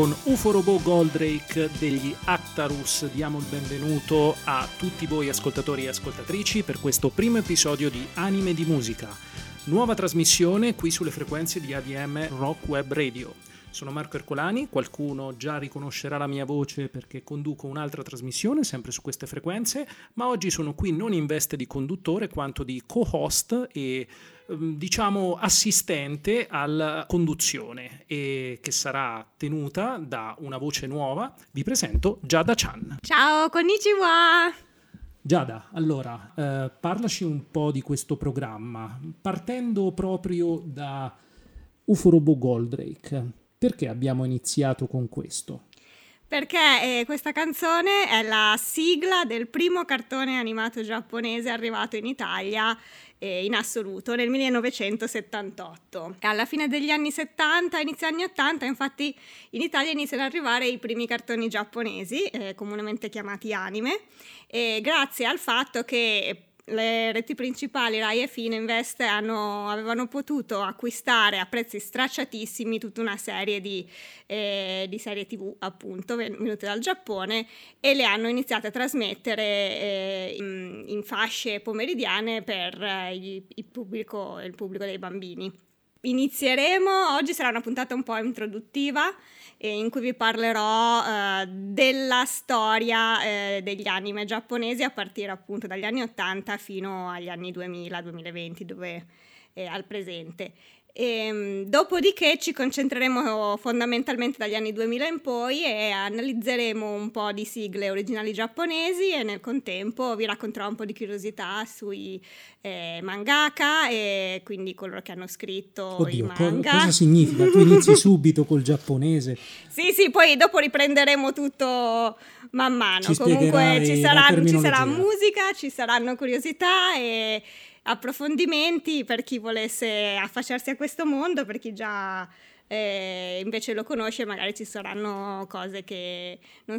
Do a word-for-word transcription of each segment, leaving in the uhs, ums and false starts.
con Uforobo Goldrake degli Actarus. Diamo il benvenuto a tutti voi ascoltatori e ascoltatrici per questo primo episodio di Anime di Musica, nuova trasmissione qui sulle frequenze di A D M Rock Web Radio. Sono Marco Ercolani, qualcuno già riconoscerà la mia voce perché conduco un'altra trasmissione sempre su queste frequenze, ma oggi sono qui non in veste di conduttore quanto di co-host e diciamo assistente alla conduzione, e che sarà tenuta da una voce nuova. Vi presento Giada-chan. Ciao, konnichiwa! Giada, allora, eh, parlaci un po' di questo programma, partendo proprio da Uforobo Goldrake. Perché abbiamo iniziato con questo? Perché eh, questa canzone è la sigla del primo cartone animato giapponese arrivato in Italia eh, in assoluto nel millenovecentosettantotto. Alla fine degli anni settanta, inizio anni ottanta, infatti in Italia iniziano ad arrivare i primi cartoni giapponesi, eh, comunemente chiamati anime, e grazie al fatto che le reti principali Rai e Fininvest hanno, avevano potuto acquistare a prezzi stracciatissimi tutta una serie di, eh, di serie tv appunto venute dal Giappone, e le hanno iniziate a trasmettere eh, in, in fasce pomeridiane per eh, il, il, pubblico, il pubblico dei bambini. Inizieremo, oggi sarà una puntata un po' introduttiva eh, in cui vi parlerò eh, della storia eh, degli anime giapponesi a partire appunto dagli anni ottanta fino agli anni duemila duemilaventi, dove eh, al presente. E, dopodiché ci concentreremo fondamentalmente dagli anni duemila in poi e analizzeremo un po' di sigle originali giapponesi, e nel contempo vi racconterò un po' di curiosità sui eh, mangaka, e quindi coloro che hanno scritto Oddio, i manga. Co- cosa significa? Tu inizi subito col giapponese? Sì, sì, poi dopo riprenderemo tutto man mano. Ci Comunque ci sarà, ci sarà terminologia. musica, ci saranno curiosità e approfondimenti per chi volesse affacciarsi a questo mondo, per chi già eh, invece lo conosce magari ci saranno cose che non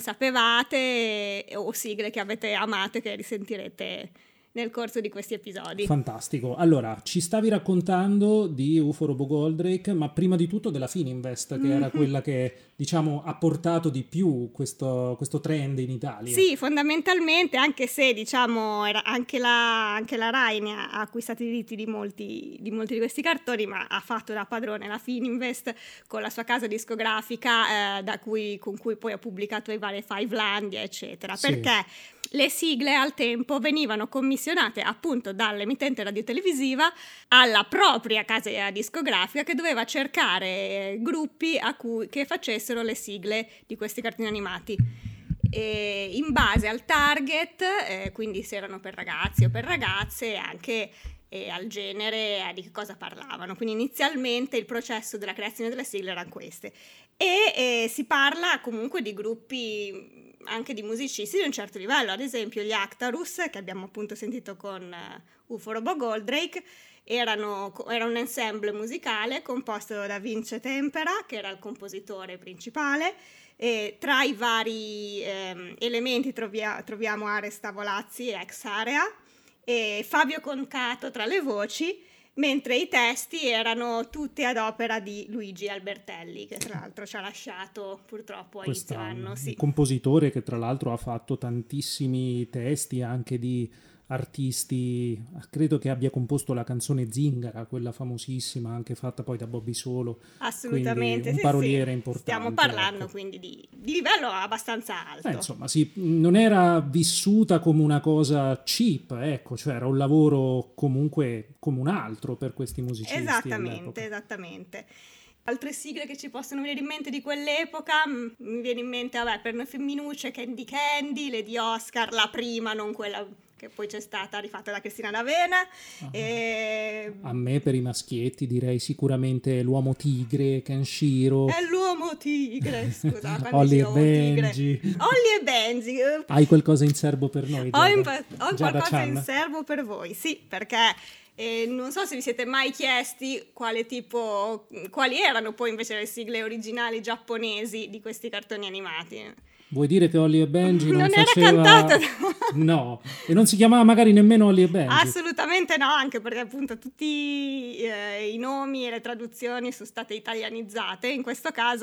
sapevate e, o sigle che avete amato e che risentirete nel corso di questi episodi. Fantastico. Allora, ci stavi raccontando di Uforobo Goldrake, ma prima di tutto della Fininvest, che mm-hmm. era quella che, diciamo, ha portato di più questo, questo trend in Italia. Sì, fondamentalmente, anche se, diciamo, era anche, la, anche la Rai ne ha acquistato i diritti di molti, di molti di questi cartoni, ma ha fatto da padrone la Fininvest con la sua casa discografica, eh, da cui, con cui poi ha pubblicato i vari Fivelandia, eccetera. Sì. Perché le sigle al tempo venivano commissionate appunto dall'emittente radiotelevisiva alla propria casa discografica, che doveva cercare gruppi a cui, che facessero le sigle di questi cartoni animati. E in base al target, eh, quindi se erano per ragazzi o per ragazze, anche eh, al genere, eh, di che cosa parlavano. Quindi inizialmente il processo della creazione delle sigle erano queste. E eh, si parla comunque di gruppi anche di musicisti di un certo livello, ad esempio gli Actarus, che abbiamo appunto sentito con uh, Uforobo Goldrake, erano, era un ensemble musicale composto da Vince Tempera, che era il compositore principale, e tra i vari ehm, elementi trovia, troviamo Ares Tavolazzi e Ex Area, e Fabio Concato tra le voci, mentre i testi erano tutti ad opera di Luigi Albertelli, che tra l'altro ci ha lasciato purtroppo a inizio anno. Sì. Un compositore che tra l'altro ha fatto tantissimi testi anche di artisti, credo che abbia composto la canzone Zingara, quella famosissima, anche fatta poi da Bobby Solo. Assolutamente, un sì, paroliere sì. importante. Stiamo parlando ecco. quindi di, di livello abbastanza alto. Eh, insomma, sì, non era vissuta come una cosa cheap, ecco, cioè era un lavoro comunque come un altro per questi musicisti. Esattamente, all'epoca. esattamente. Altre sigle che ci possono venire in mente di quell'epoca, mi viene in mente, vabbè, per noi femminucce, Candy Candy, Lady Oscar, la prima, non quella che poi c'è stata rifatta da Cristina D'Avena. Ah. E... A me per i maschietti direi sicuramente l'Uomo Tigre, Kenshiro. È l'Uomo Tigre, scusa. Holly e Benji. Holly e Benji. Hai qualcosa in serbo per noi? Ho, in, ho qualcosa Giada-chan. in serbo per voi, sì, perché... E non so se vi siete mai chiesti quale tipo, quali erano poi invece le sigle originali giapponesi di questi cartoni animati. Vuoi dire che Holly e Benji non, non faceva... era cantato? No, e non si chiamava magari nemmeno Holly e Benji? Assolutamente no, anche perché appunto tutti eh, i nomi e le traduzioni sono state italianizzate. In questo caso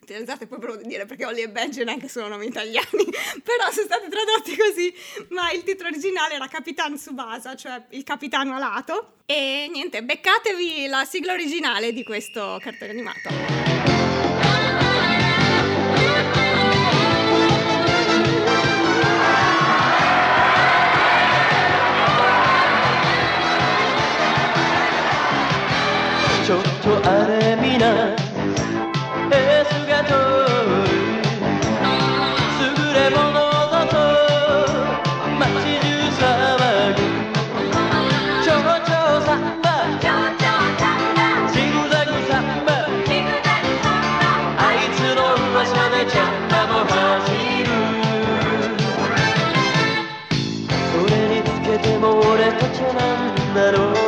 utilizzate poi per dire perché Holly e Benji neanche sono nomi italiani, però sono stati tradotti così, ma il titolo originale era Capitan Tsubasa, cioè il capitano alato, e niente, beccatevi la sigla originale di questo cartone animato. Ciotto aremina e sugato sugure mono da to machi ju sawagu cho cho samba cho cho samba zigzag samba zigzag samba aitsu no uwasa de chetta mo hajiru sore ni tsukete mo ore tachi wa nan darou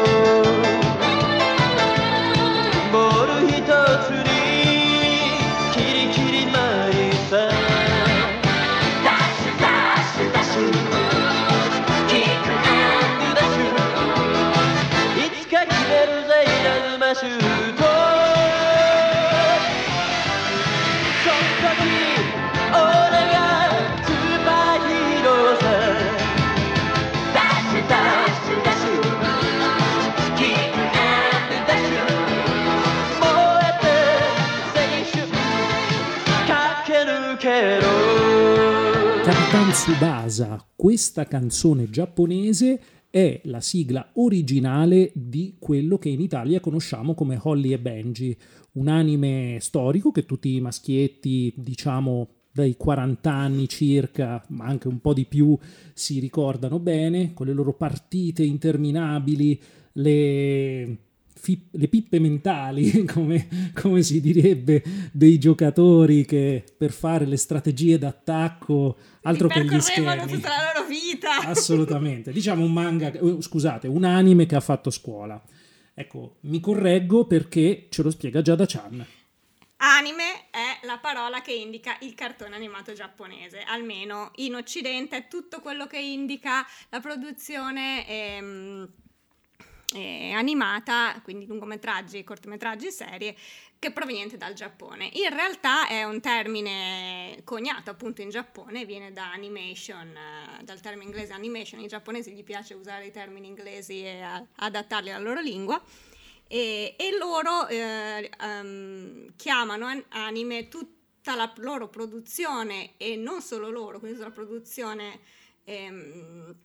Capitan Tsubasa, questa canzone giapponese è la sigla originale di quello che in Italia conosciamo come Holly e Benji, un anime storico che tutti i maschietti, diciamo dai quaranta anni circa, ma anche un po' di più, si ricordano bene, con le loro partite interminabili, le... le pippe mentali, come, come si direbbe, dei giocatori che per fare le strategie d'attacco altro che gli schermi, tutta la loro vita. Assolutamente, diciamo un manga, scusate, un anime che ha fatto scuola. Ecco, mi correggo perché ce lo spiega Giada-chan. Anime è la parola che indica il cartone animato giapponese, almeno in Occidente è tutto quello che indica la produzione ehm, eh, animata, quindi lungometraggi, cortometraggi, serie, che è proveniente dal Giappone. In realtà è un termine coniato appunto in Giappone, viene da animation, eh, dal termine inglese animation. I giapponesi gli piace usare i termini inglesi e a, adattarli alla loro lingua. E, e loro eh, um, chiamano anime tutta la loro produzione, e non solo loro, quindi la produzione ehm,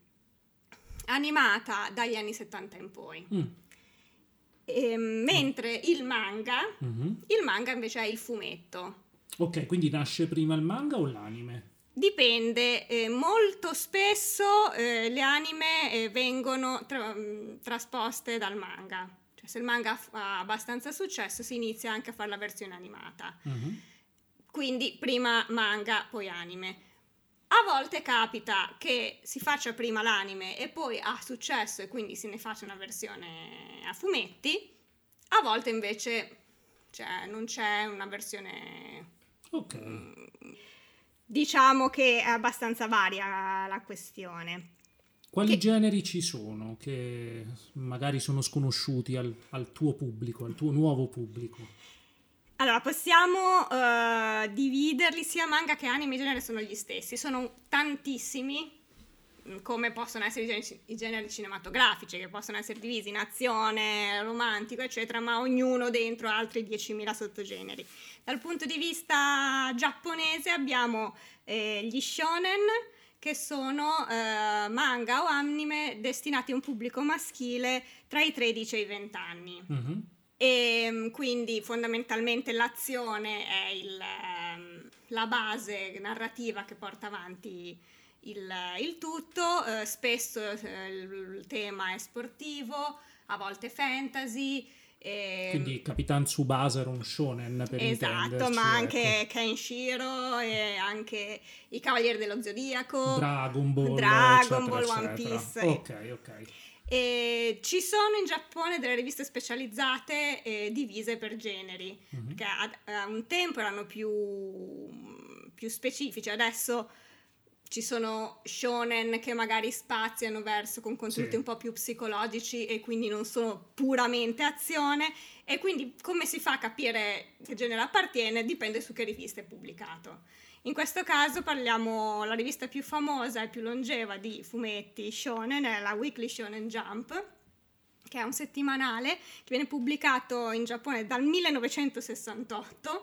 animata dagli anni settanta in poi. Mm. E, mentre il manga, mm-hmm. il manga invece è il fumetto. Ok, quindi nasce prima il manga o l'anime? Dipende, eh, molto spesso eh, le anime eh, vengono tra- trasposte dal manga. Se il manga ha abbastanza successo si inizia anche a fare la versione animata. Uh-huh. Quindi prima manga, poi anime. A volte capita che si faccia prima l'anime e poi ha successo e quindi se ne faccia una versione a fumetti. A volte invece cioè, non c'è una versione... Ok. Diciamo che è abbastanza varia la questione. Quali che... generi ci sono che magari sono sconosciuti al, al tuo pubblico, al tuo nuovo pubblico? Allora, possiamo uh, dividerli, sia manga che anime, i generi sono gli stessi, sono tantissimi, come possono essere i generi, i generi cinematografici, che possono essere divisi in azione, romantico, eccetera, ma ognuno dentro altri diecimila sottogeneri. Dal punto di vista giapponese abbiamo eh, gli shonen, che sono eh, manga o anime destinati a un pubblico maschile tra i tredici e i venti anni. Mm-hmm. E quindi fondamentalmente l'azione è il, la base narrativa che porta avanti il, il tutto. Eh, spesso eh, il tema è sportivo, a volte fantasy. E... Quindi Capitan Tsubasa era un shonen per esatto, intenderci. ma anche ecco. Kenshiro e anche i Cavalieri dello Zodiaco, Dragon Ball, Dragon eccetera, Ball, eccetera. One Piece. Ok, ok. E ci sono in Giappone delle riviste specializzate eh, divise per generi, mm-hmm. perché a, a un tempo erano più, più specifici, adesso ci sono shonen che magari spaziano verso con contenuti Sì. un po' più psicologici e quindi non sono puramente azione, e quindi come si fa a capire che genere appartiene dipende su che rivista è pubblicato. In questo caso parliamo, la rivista più famosa e più longeva di fumetti shonen è la Weekly Shonen Jump, che è un settimanale che viene pubblicato in Giappone dal millenovecentosessantotto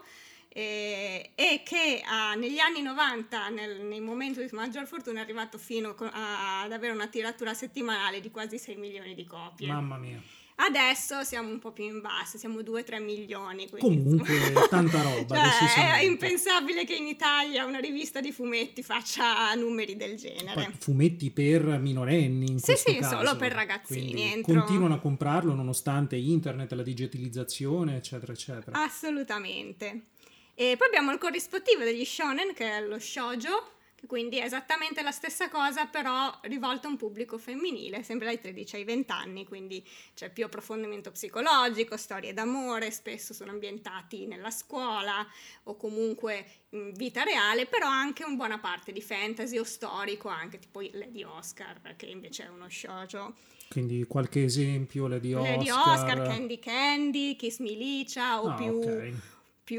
eh, e che ha, negli anni novanta, nel, nei momenti di maggior fortuna, è arrivato fino a, ad avere una tiratura settimanale di quasi sei milioni di copie. Mamma mia. Adesso siamo un po' più in basso, siamo due tre milioni. Comunque tanta roba, cioè, decisamente. è impensabile che in Italia una rivista di fumetti faccia numeri del genere. Poi, fumetti per minorenni in Sì, questo sì, caso. solo per ragazzini, Quindi entro- continuano a comprarlo nonostante internet, la digitalizzazione, eccetera, eccetera. Assolutamente. E poi abbiamo il corrispettivo degli shonen, che è lo shoujo, che quindi è esattamente la stessa cosa, però rivolto a un pubblico femminile, sempre dai tredici ai venti anni, quindi c'è più approfondimento psicologico, storie d'amore, spesso sono ambientati nella scuola o comunque in vita reale, però anche una buona parte di fantasy o storico, anche tipo Lady Oscar, che invece è uno shoujo. Quindi qualche esempio, Lady Oscar. Lady Oscar, Candy Candy, Kiss Me Licia o Ah, più... ok. più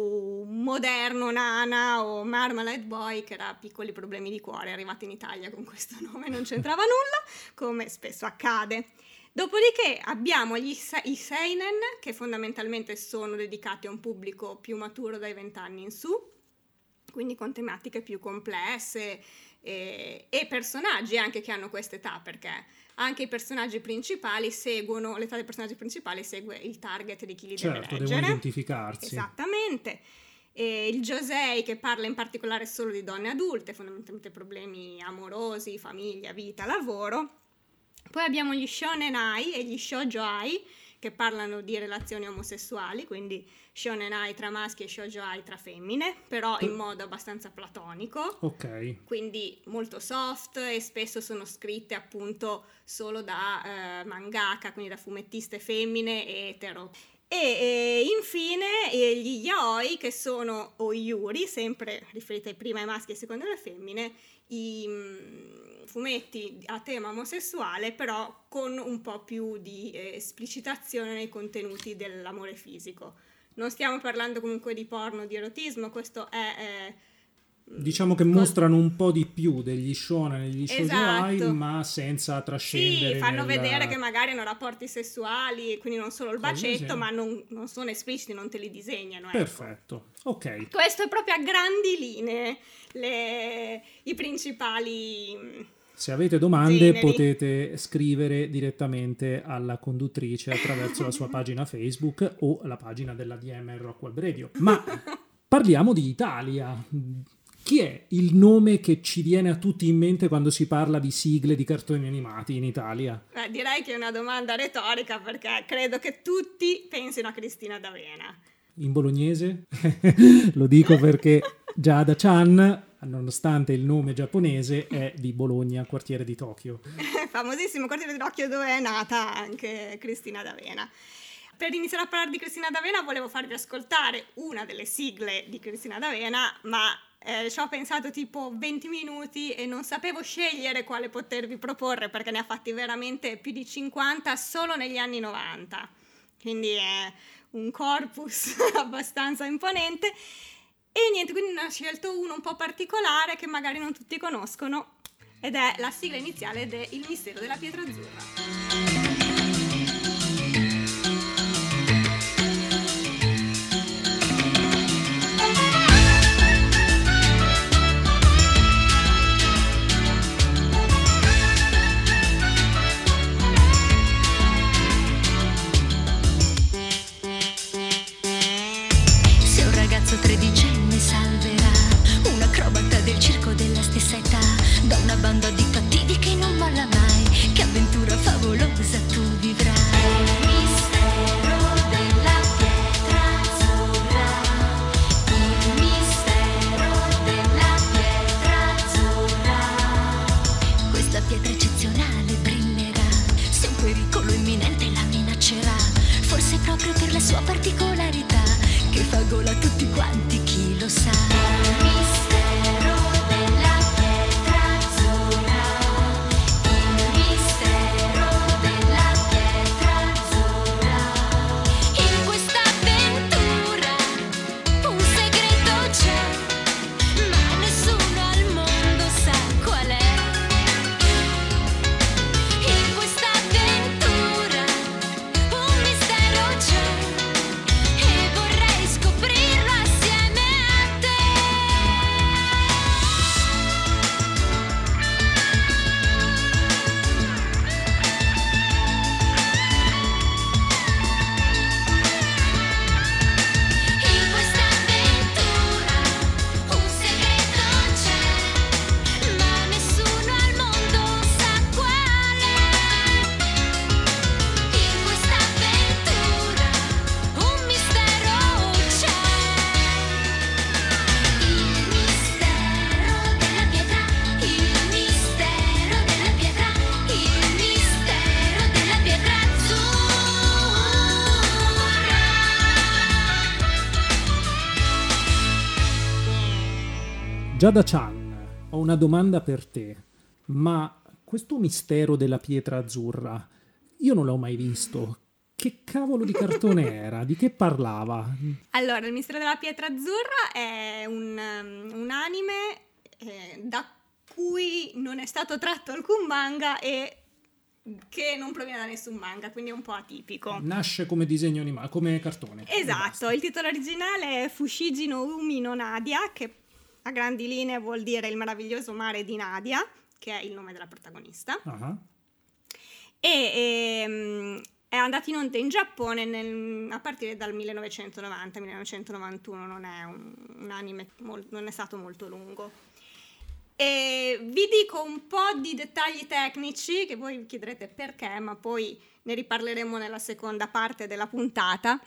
moderno Nana o Marmalade Boy, che era Piccoli problemi di cuore, è arrivato in Italia con questo nome, non c'entrava nulla, come spesso accade. Dopodiché abbiamo gli, se- i seinen, che fondamentalmente sono dedicati a un pubblico più maturo dai venti anni in su, quindi con tematiche più complesse e, e personaggi anche che hanno quest'età, perché anche i personaggi principali seguono, l'età dei personaggi principali segue il target di chi li deve Certo, leggere. devono identificarsi. Esattamente. E il josei, che parla in particolare solo di donne adulte, fondamentalmente problemi amorosi, famiglia, vita, lavoro. Poi abbiamo gli shonenai e gli shoujoai, che parlano di relazioni omosessuali, quindi shonenai tra maschi e shoujoai tra femmine, però in modo abbastanza platonico. Ok. Quindi molto soft, e spesso sono scritte appunto solo da eh, mangaka, quindi da fumettiste femmine e etero. E, e infine eh, gli yaoi, che sono o yuri, sempre riferiti prima ai maschi e secondo alle femmine, i mh, fumetti a tema omosessuale, però con un po' più di eh, esplicitazione nei contenuti dell'amore fisico. Non stiamo parlando comunque di porno, di erotismo, questo è... è Diciamo che mostrano un po' di più degli shonen e degli shoujoai, Esatto. ma senza trascendere. Sì, fanno nel- vedere che magari hanno rapporti sessuali, quindi non solo il Cose bacetto, sì. ma non, non sono espliciti, non te li disegnano. Ecco. Perfetto, ok. Questo è proprio a grandi linee le, i principali... Se avete domande generi. potete scrivere direttamente alla conduttrice attraverso la sua pagina Facebook o la pagina della D M Rock Web Radio. Ma parliamo di Italia. Chi è il nome che ci viene a tutti in mente quando si parla di sigle di cartoni animati in Italia? Eh, direi che è una domanda retorica, perché credo che tutti pensino a Cristina D'Avena. In bolognese? Lo dico perché Giada Chan, nonostante il nome giapponese, è di Bologna, quartiere di Tokyo. Famosissimo quartiere di Tokyo, dove è nata anche Cristina D'Avena. Per iniziare a parlare di Cristina D'Avena volevo farvi ascoltare una delle sigle di Cristina D'Avena, ma eh, ci ho pensato tipo venti minuti e non sapevo scegliere quale potervi proporre, perché ne ha fatti veramente più di cinquanta solo negli anni novanta, quindi è un corpus abbastanza imponente. E niente, quindi ne ho scelto uno un po' particolare che magari non tutti conoscono, ed è la sigla iniziale de Il mistero della pietra azzurra. Se un ragazzo tredicenne salverà un acrobata del circo della stessa età da una banda di cattivi che non molla mai, che avventura favolosa tu vivrai. Il mistero della pietra azzurra, il mistero della pietra azzurra. Questa pietra eccezionale brillerà, se un pericolo imminente la minaccerà, forse proprio per la sua particolarità, che fa gola a tutti quanti, chi lo sa. Il mistero della pietra Giada-chan, ho una domanda per te, ma questo mistero della pietra azzurra, io non l'ho mai visto. Che cavolo di cartone era? Di che parlava? Allora, il mistero della pietra azzurra è un, um, un anime eh, da cui non è stato tratto alcun manga e che non proviene da nessun manga, quindi è un po' atipico. Nasce come disegno animato, come cartone. Esatto, il titolo originale è Fushigi no Umi no Nadia, che a grandi linee vuol dire il meraviglioso mare di Nadia, che è il nome della protagonista. Uh-huh. E... e è andato in onda in Giappone nel, a partire dal millenovecentonovanta millenovecentonovantuno, non è un, un anime, mol, non è stato molto lungo. E vi dico un po' di dettagli tecnici che voi vi chiederete perché, ma poi ne riparleremo nella seconda parte della puntata.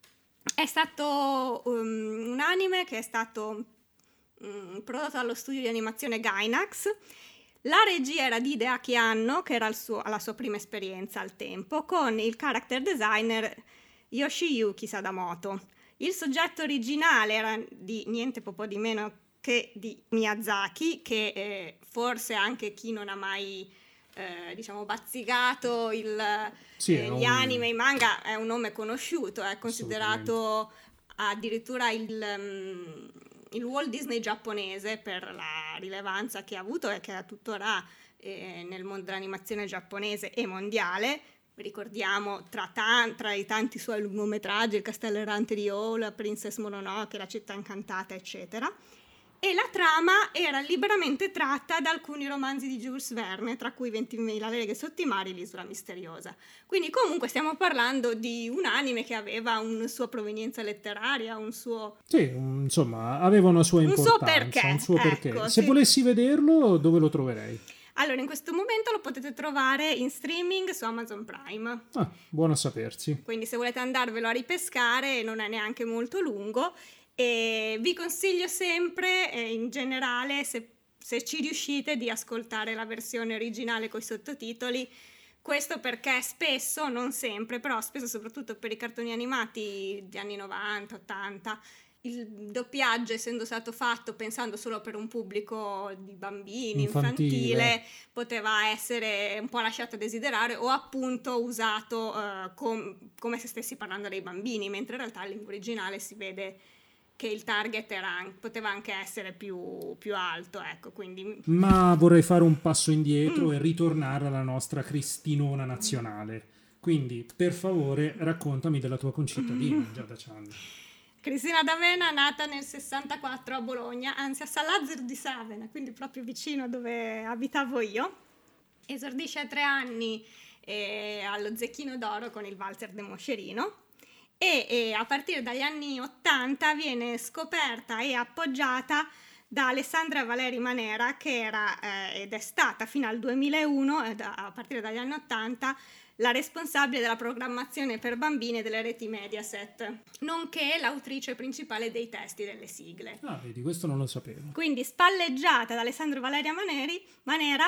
È stato um, un anime che è stato um, prodotto dallo studio di animazione Gainax. La regia era di Hideaki Anno, che era il suo, la sua prima esperienza al tempo, con il character designer Yoshiyuki Sadamoto. Il soggetto originale era di niente po' di meno che di Miyazaki, che eh, forse anche chi non ha mai eh, diciamo bazzicato il, sì, eh, un... gli anime, i manga, è un nome conosciuto, è considerato addirittura il... Um, il Walt Disney giapponese per la rilevanza che ha avuto e che ha tuttora eh, nel mondo dell'animazione giapponese e mondiale. Ricordiamo tra, tan- tra i tanti suoi lungometraggi Il castello errante di Howl, Princess Mononoke, La città incantata, eccetera. E la trama era liberamente tratta da alcuni romanzi di Jules Verne, tra cui ventimila leghe sotto i mari e l'Isola misteriosa. Quindi comunque stiamo parlando di un anime che aveva una sua provenienza letteraria, un suo... Sì, un, insomma, aveva una sua importanza. Un suo perché. Un suo perché. Ecco, Se sì. volessi vederlo, dove lo troverei? Allora, in questo momento lo potete trovare in streaming su Amazon Prime. Ah, buono a sapersi. Quindi se volete andarvelo a ripescare, non è neanche molto lungo. E vi consiglio sempre, eh, in generale, se, se ci riuscite, di ascoltare la versione originale con i sottotitoli. Questo perché spesso, non sempre, però spesso soprattutto per i cartoni animati degli anni novanta, ottanta, il doppiaggio, essendo stato fatto pensando solo per un pubblico di bambini, infantile, infantile poteva essere un po' lasciato a desiderare o appunto usato uh, com- come se stessi parlando dei bambini, mentre in realtà in lingua originale si vede che il target era, poteva anche essere più, più alto, ecco, quindi... Ma vorrei fare un passo indietro mm. e ritornare alla nostra Cristinona nazionale. Quindi, per favore, raccontami della tua concittadina, Giada-chan. Cristina D'Avena, nata nel sessantaquattro a Bologna, anzi a San Lazzaro di Savena, quindi proprio vicino dove abitavo io. Esordisce a tre anni eh, allo Zecchino d'Oro con il Walzer de Moscerino. E, e a partire dagli anni ottanta viene scoperta e appoggiata da Alessandra Valeri Manera, che era eh, ed è stata fino al duemilauno, eh, da, a partire dagli anni ottanta, la responsabile della programmazione per bambine delle reti Mediaset, nonché l'autrice principale dei testi delle sigle. Ah, vedi, questo non lo sapevo. Quindi spalleggiata da Alessandro Valeria Maneri, Manera,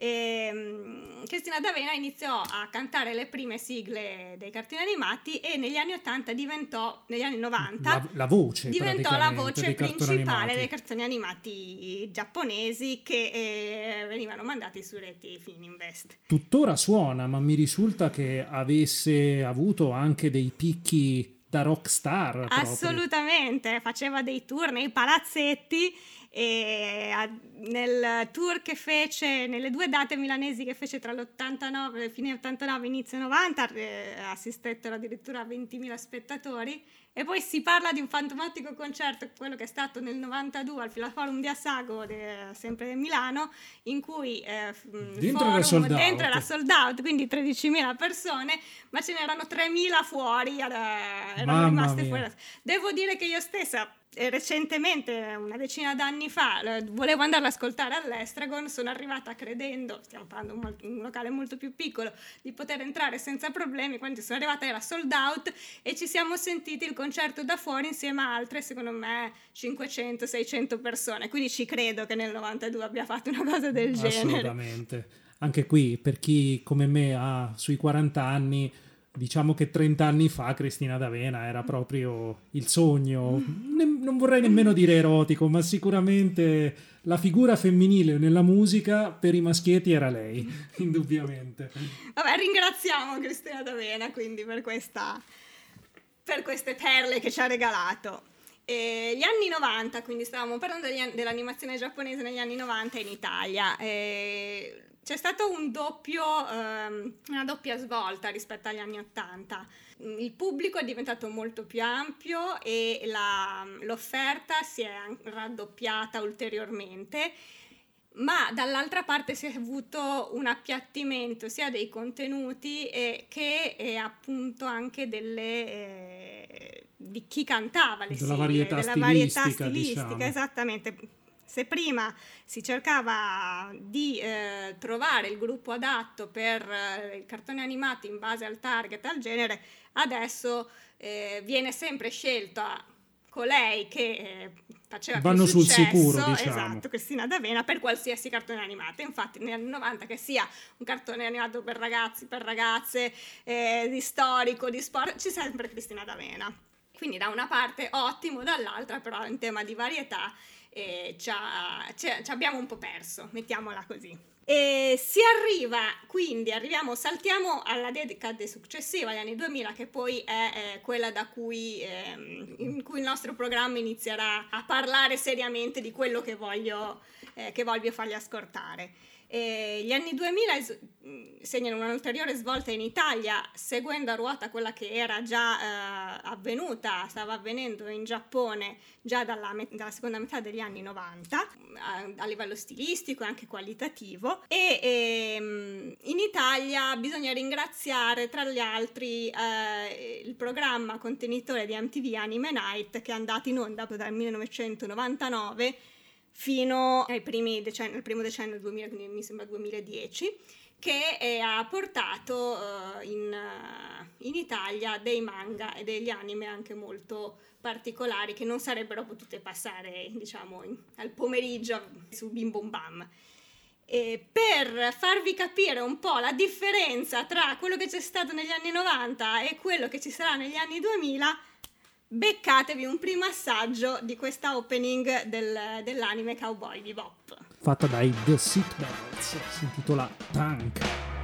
ehm, Cristina D'Avena iniziò a cantare le prime sigle dei cartoni animati e negli anni ottanta diventò, negli anni novanta, la, la voce diventò la voce dei principale dei cartoni animati giapponesi che eh, venivano mandati su reti Fininvest. Tuttora suona, ma mi risulta che avesse avuto anche dei picchi da rockstar. Assolutamente, proprio. Faceva dei tour nei palazzetti e a, nel tour che fece, nelle due date milanesi che fece tra l'ottantanove, fine ottantanove e inizio novanta, eh, assistettero addirittura a ventimila spettatori. E poi si parla di un fantomatico concerto, quello che è stato nel novantadue al Filaforum di Assago, de, sempre di Milano, in cui eh, dentro, forum, era sold dentro out. era sold out, quindi tredicimila persone, ma ce n'erano tremila fuori, era, erano Mamma rimaste mia. fuori. Devo dire che io stessa, eh, recentemente, una decina d'anni fa, eh, volevo andarlo ad ascoltare all'Estragon, sono arrivata credendo, stiamo parlando di un locale molto più piccolo, di poter entrare senza problemi. Quando sono arrivata era sold out e ci siamo sentiti il concerto da fuori insieme a altre, secondo me cinquecento seicento persone, quindi ci credo che nel novantadue abbia fatto una cosa del genere. Assolutamente. Anche qui, per chi come me ha sui quaranta anni, diciamo che trenta anni fa Cristina D'Avena era proprio il sogno, ne- non vorrei nemmeno dire erotico, ma sicuramente la figura femminile nella musica per i maschietti era lei, indubbiamente. Vabbè, ringraziamo Cristina D'Avena quindi per questa per queste perle che ci ha regalato. E gli anni novanta, quindi stavamo parlando degli an- dell'animazione giapponese negli anni novanta in Italia. E c'è stato un doppio, ehm, una doppia svolta rispetto agli anni ottanta. Il pubblico è diventato molto più ampio e la, l'offerta si è raddoppiata ulteriormente, ma dall'altra parte si è avuto un appiattimento sia dei contenuti eh, che eh, appunto anche delle eh, di chi cantava le della sigle, varietà della stilistica, varietà stilistica, diciamo. Esattamente. Se prima si cercava di eh, trovare il gruppo adatto per eh, i cartoni animati in base al target, al genere, adesso eh, viene sempre scelta colei che eh, faceva Vanno più sul successo, sicuro, diciamo. esatto, Cristina D'Avena, per qualsiasi cartone animato. Infatti negli anni novanta, che sia un cartone animato per ragazzi, per ragazze, eh, di storico, di sport, c'è sempre Cristina D'Avena. Quindi da una parte ottimo, dall'altra però in tema di varietà eh, ci, ha, ci, ci abbiamo un po' perso, mettiamola così. E si arriva, quindi arriviamo, saltiamo alla decade successiva, agli anni duemila, che poi è eh, quella da cui, eh, in cui il nostro programma inizierà a parlare seriamente di quello che voglio, eh, che voglio fargli ascoltare. E gli anni duemila es- segnano un'ulteriore svolta in Italia, seguendo a ruota quella che era già eh, avvenuta, stava avvenendo in Giappone già dalla, met- dalla seconda metà degli anni novanta, a, a livello stilistico e anche qualitativo. E ehm, in Italia bisogna ringraziare tra gli altri eh, il programma contenitore di M T V Anime Night, che è andato in onda dal millenovecentonovantanove fino ai primi decenni, al primo decennio del duemila, quindi mi sembra duemiladieci, che eh, ha portato uh, in, uh, in Italia dei manga e degli anime anche molto particolari che non sarebbero potute passare, diciamo, in, al pomeriggio su Bim Bum Bam. E per farvi capire un po' la differenza tra quello che c'è stato negli anni novanta e quello che ci sarà negli anni duemila, beccatevi un primo assaggio di questa opening del, dell'anime Cowboy Bebop, fatta dai The Seatbelts, si intitola Tank.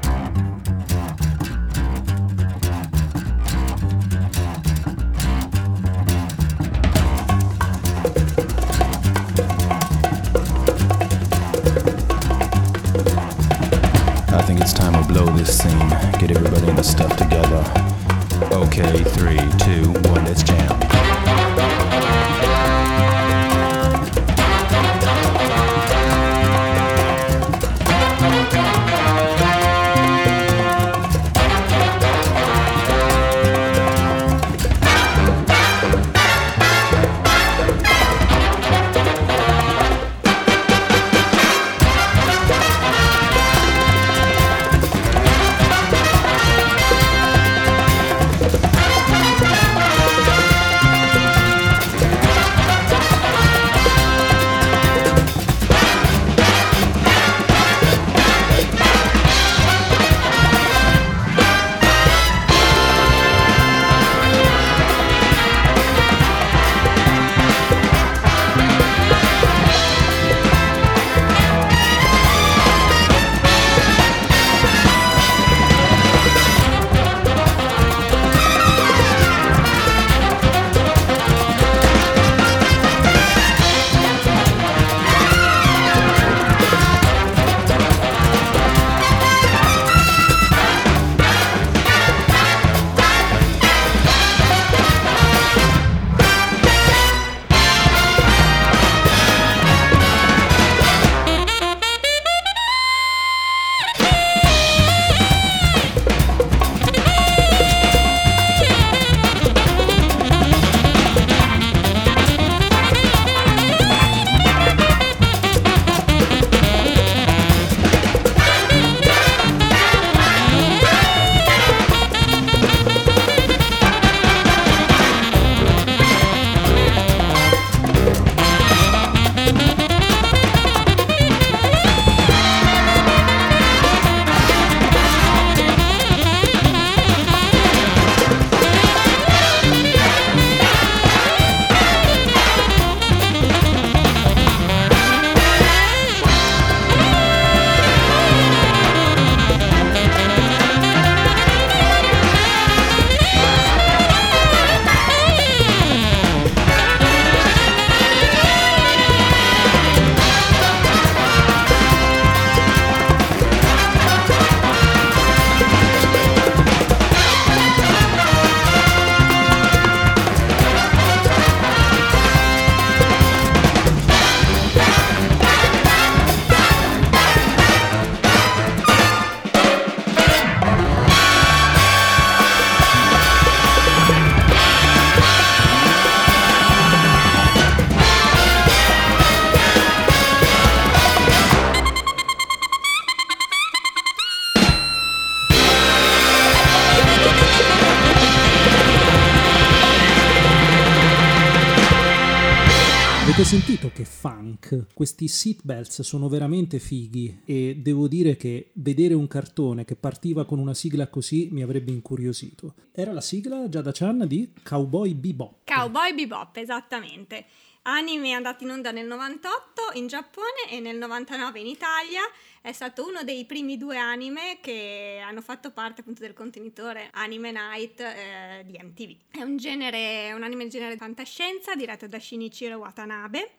I think it's time we blow this scene. Get everybody in the stuff together. Okay, three, two, one, let's jam. Avete sentito che funk? Questi seatbelts sono veramente fighi e devo dire che vedere un cartone che partiva con una sigla così mi avrebbe incuriosito. Era la sigla, Giada-chan, di Cowboy Bebop. Cowboy Bebop, esattamente. Anime andato in onda nel novantotto in Giappone e nel novantanove in Italia. È stato uno dei primi due anime che hanno fatto parte appunto del contenitore Anime Night eh, di M T V. È un genere, un anime di genere fantascienza diretto da Shinichiro Watanabe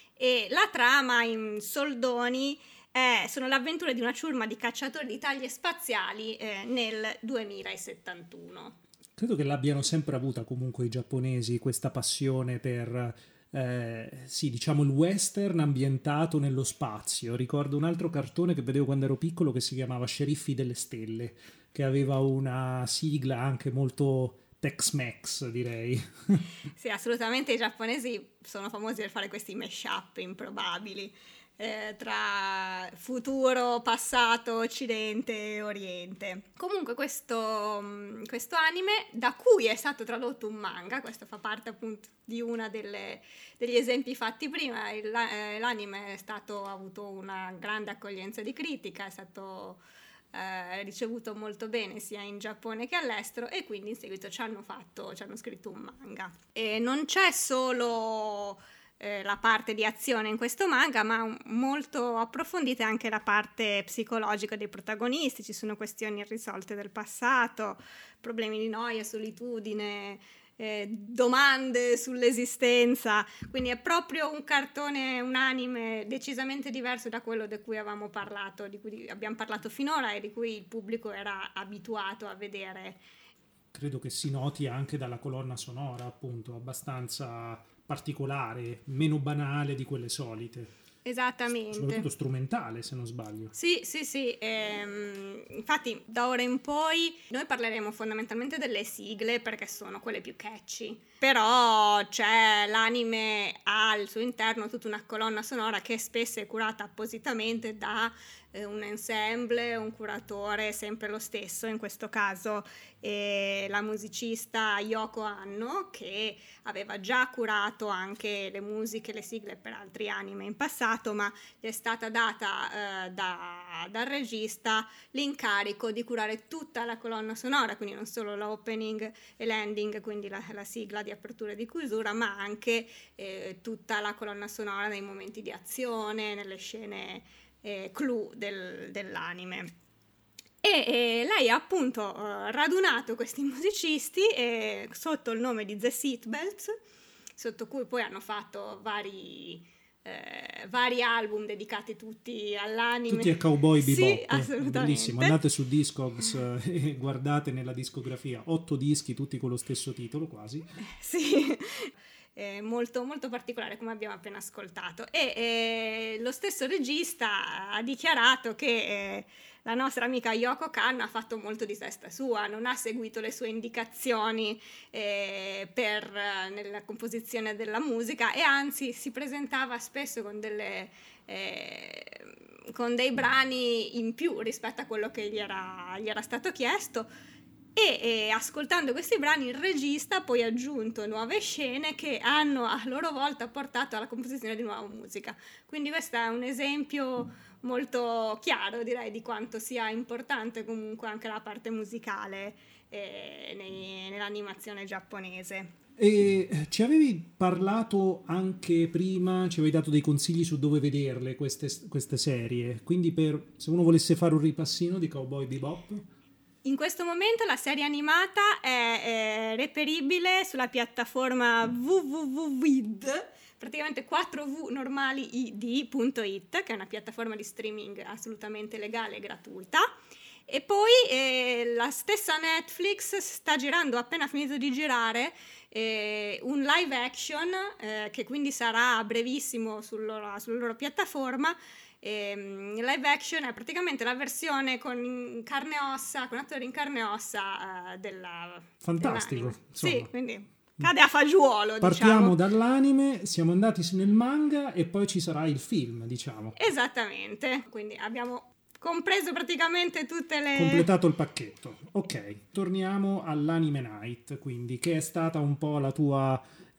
e la trama in soldoni eh, sono le avventure di una ciurma di cacciatori di taglie spaziali eh, nel duemilasettantuno. Credo che l'abbiano sempre avuta comunque i giapponesi questa passione per... Eh, sì, diciamo il western ambientato nello spazio. Ricordo un altro cartone che vedevo quando ero piccolo che si chiamava Sceriffi delle Stelle, che aveva una sigla anche molto Tex-Mex, direi. Sì, assolutamente, i giapponesi sono famosi per fare questi mash-up improbabili eh, tra futuro, passato, occidente e oriente. Comunque questo, questo anime, da cui è stato tradotto un manga, questo fa parte appunto di uno degli esempi fatti prima, il, eh, l'anime è stato, ha avuto una grande accoglienza di critica, è stato eh, ricevuto molto bene sia in Giappone che all'estero e quindi in seguito ci hanno fatto, ci hanno scritto un manga. E non c'è solo eh, la parte di azione in questo manga, ma molto approfondita anche la parte psicologica dei protagonisti, ci sono questioni irrisolte del passato, problemi di noia, solitudine, Eh, domande sull'esistenza, quindi è proprio un cartone, un anime decisamente diverso da quello di cui avevamo parlato, di cui abbiamo parlato finora e di cui il pubblico era abituato a vedere. Credo che si noti anche dalla colonna sonora, appunto, abbastanza particolare, meno banale di quelle solite. Esattamente. Soprattutto strumentale, se non sbaglio. Sì, sì, sì. Ehm, infatti, da ora in poi noi parleremo fondamentalmente delle sigle perché sono quelle più catchy. Però c'è l'anime ha al suo interno tutta una colonna sonora che spesso è curata appositamente da eh, un ensemble, un curatore, sempre lo stesso. In questo caso eh, la musicista Yoko Anno, che aveva già curato anche le musiche, le sigle per altri anime in passato, ma gli è stata data eh, da, dal regista l'incarico di curare tutta la colonna sonora, quindi non solo l'opening e l'ending, quindi la, la sigla di apertura e di chiusura, ma anche eh, tutta la colonna sonora nei momenti di azione, nelle scene eh, clou del, dell'anime. E, e lei ha appunto uh, radunato questi musicisti eh, sotto il nome di The Seatbelts, sotto cui poi hanno fatto vari, eh, vari album dedicati tutti all'anime. Tutti a Cowboy Bebop. Sì, assolutamente. Bellissimo. Andate su Discogs e guardate nella discografia. Otto dischi, tutti con lo stesso titolo quasi. Sì. Eh, molto, molto particolare, come abbiamo appena ascoltato. E eh, lo stesso regista ha dichiarato che eh, la nostra amica Yoko Kanno ha fatto molto di testa sua, non ha seguito le sue indicazioni eh, per, eh, nella composizione della musica e anzi si presentava spesso con delle eh, con dei brani in più rispetto a quello che gli era, gli era stato chiesto. E, e ascoltando questi brani il regista ha poi aggiunto nuove scene che hanno a loro volta portato alla composizione di nuova musica. Quindi questo è un esempio molto chiaro, direi, di quanto sia importante comunque anche la parte musicale eh, nei, nell'animazione giapponese. E ci avevi parlato anche prima, ci avevi dato dei consigli su dove vederle queste, queste serie, quindi per, se uno volesse fare un ripassino di Cowboy Bebop. In questo momento la serie animata è, è reperibile sulla piattaforma w w w punto i d, praticamente quattro v normali i d punto i t, che è una piattaforma di streaming assolutamente legale e gratuita. E poi eh, la stessa Netflix sta girando, appena finito di girare, eh, un live action eh, che quindi sarà a brevissimo sul loro, sulla loro piattaforma. E, il live action è praticamente la versione con carne e ossa, con attori in carne e ossa uh, della fantastico, sì, quindi cade a fagiolo. Partiamo diciamo. dall'anime, siamo andati nel manga e poi ci sarà il film, diciamo. Esattamente, quindi abbiamo compreso praticamente tutte le... completato il pacchetto. Ok, torniamo all'Anime Night, quindi, che è stata un po' la tua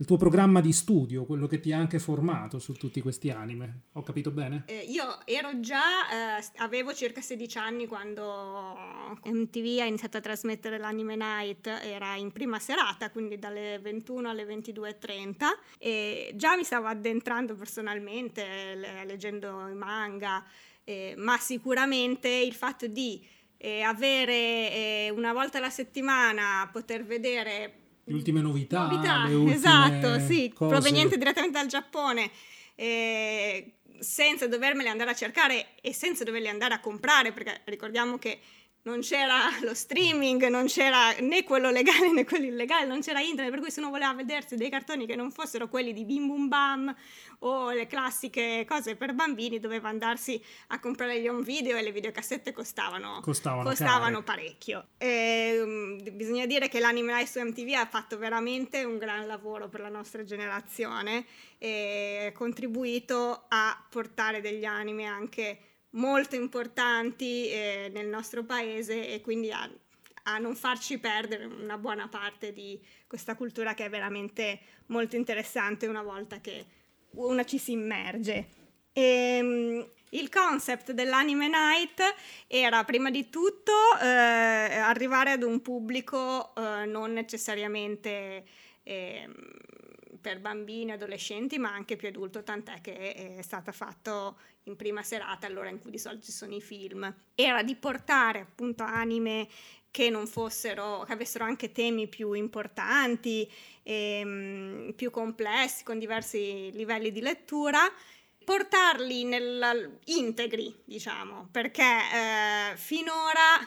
il tuo programma di studio, quello che ti ha anche formato su tutti questi anime. Ho capito bene? Eh, io ero già, eh, avevo circa sedici anni quando M T V ha iniziato a trasmettere l'Anime Night, era in prima serata, quindi dalle ventuno alle ventidue e trenta, e già mi stavo addentrando personalmente, le- leggendo i manga, eh, ma sicuramente il fatto di eh, avere eh, una volta alla settimana poter vedere Le ultime novità, novità, le ultime esatto, sì, cose. provenienti direttamente dal Giappone, eh, senza dovermele andare a cercare e senza doverli andare a comprare, perché ricordiamo che non c'era lo streaming, non c'era né quello legale né quello illegale, non c'era internet, per cui se uno voleva vedersi dei cartoni che non fossero quelli di Bim Bum Bam o le classiche cose per bambini, doveva andarsi a comprare gli home video, e le videocassette costavano, Costavano costavano care. parecchio. E, um, bisogna dire che l'Anime Night su M T V ha fatto veramente un gran lavoro per la nostra generazione e ha contribuito a portare degli anime anche molto importanti eh, nel nostro paese, e quindi a, a non farci perdere una buona parte di questa cultura che è veramente molto interessante una volta che una ci si immerge. E, il concept dell'Anime Night era prima di tutto eh, arrivare ad un pubblico eh, non necessariamente eh, per bambini, adolescenti, ma anche più adulto, tant'è che è stata fatto in prima serata, allora in cui di solito ci sono i film. Era di portare appunto anime che non fossero, che avessero anche temi più importanti, ehm, più complessi, con diversi livelli di lettura, portarli nel, integri, diciamo, perché eh, finora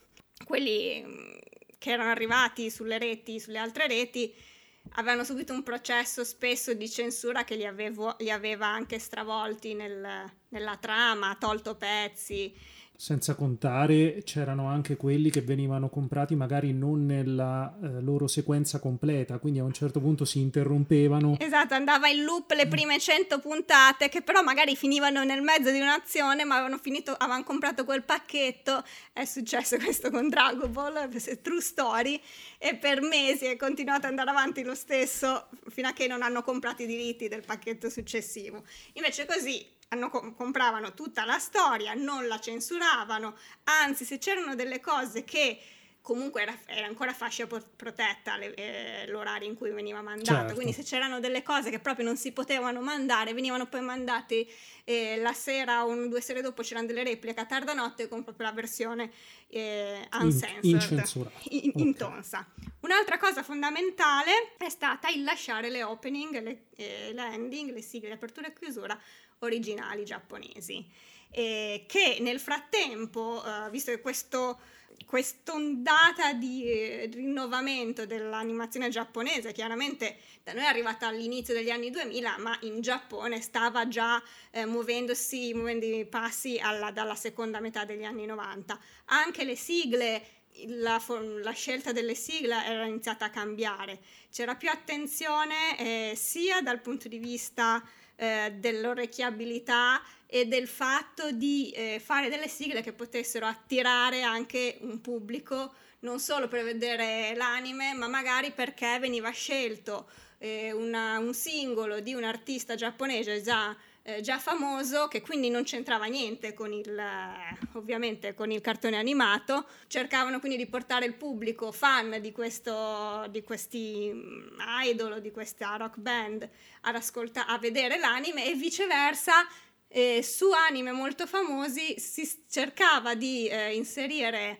quelli che erano arrivati sulle reti, sulle altre reti, avevano subito un processo spesso di censura che li, avevo, li aveva anche stravolti nel, nella trama, tolto pezzi. Senza contare, c'erano anche quelli che venivano comprati magari non nella eh, loro sequenza completa, quindi a un certo punto si interrompevano. Esatto, andava in loop le prime cento puntate, che però magari finivano nel mezzo di un'azione, ma avevano finito, avevano comprato quel pacchetto. È successo questo con Dragon Ball, true story, e per mesi è continuato ad andare avanti lo stesso fino a che non hanno comprato i diritti del pacchetto successivo. Invece così hanno, compravano tutta la storia, non la censuravano, anzi se c'erano delle cose che comunque era, era ancora fascia protetta le, eh, l'orario in cui veniva mandato, certo. Quindi se c'erano delle cose che proprio non si potevano mandare, venivano poi mandate eh, la sera o due sere dopo, c'erano delle repliche a tarda notte con proprio la versione eh, uncensored, incensurata, in, okay. intonsa. Un'altra cosa fondamentale è stata il lasciare le opening, le, eh, le ending, le sigle di apertura e chiusura originali giapponesi, eh, che nel frattempo, eh, visto che questo quest'ondata di eh, rinnovamento dell'animazione giapponese, chiaramente da noi è arrivata all'inizio degli anni duemila, ma in Giappone stava già eh, muovendosi, muovendo i passi alla, dalla seconda metà degli anni novanta. Anche le sigle, la, la scelta delle sigle era iniziata a cambiare, c'era più attenzione eh, sia dal punto di vista eh, dell'orecchiabilità e del fatto di eh, fare delle sigle che potessero attirare anche un pubblico non solo per vedere l'anime, ma magari perché veniva scelto eh, una, un singolo di un artista giapponese già, eh, già famoso, che quindi non c'entrava niente con il, eh, ovviamente con il cartone animato. Cercavano quindi di portare il pubblico fan di, questo, di questi idol, di questa rock band ad ascolta- a vedere l'anime, e viceversa. Eh, su anime molto famosi si cercava di eh, inserire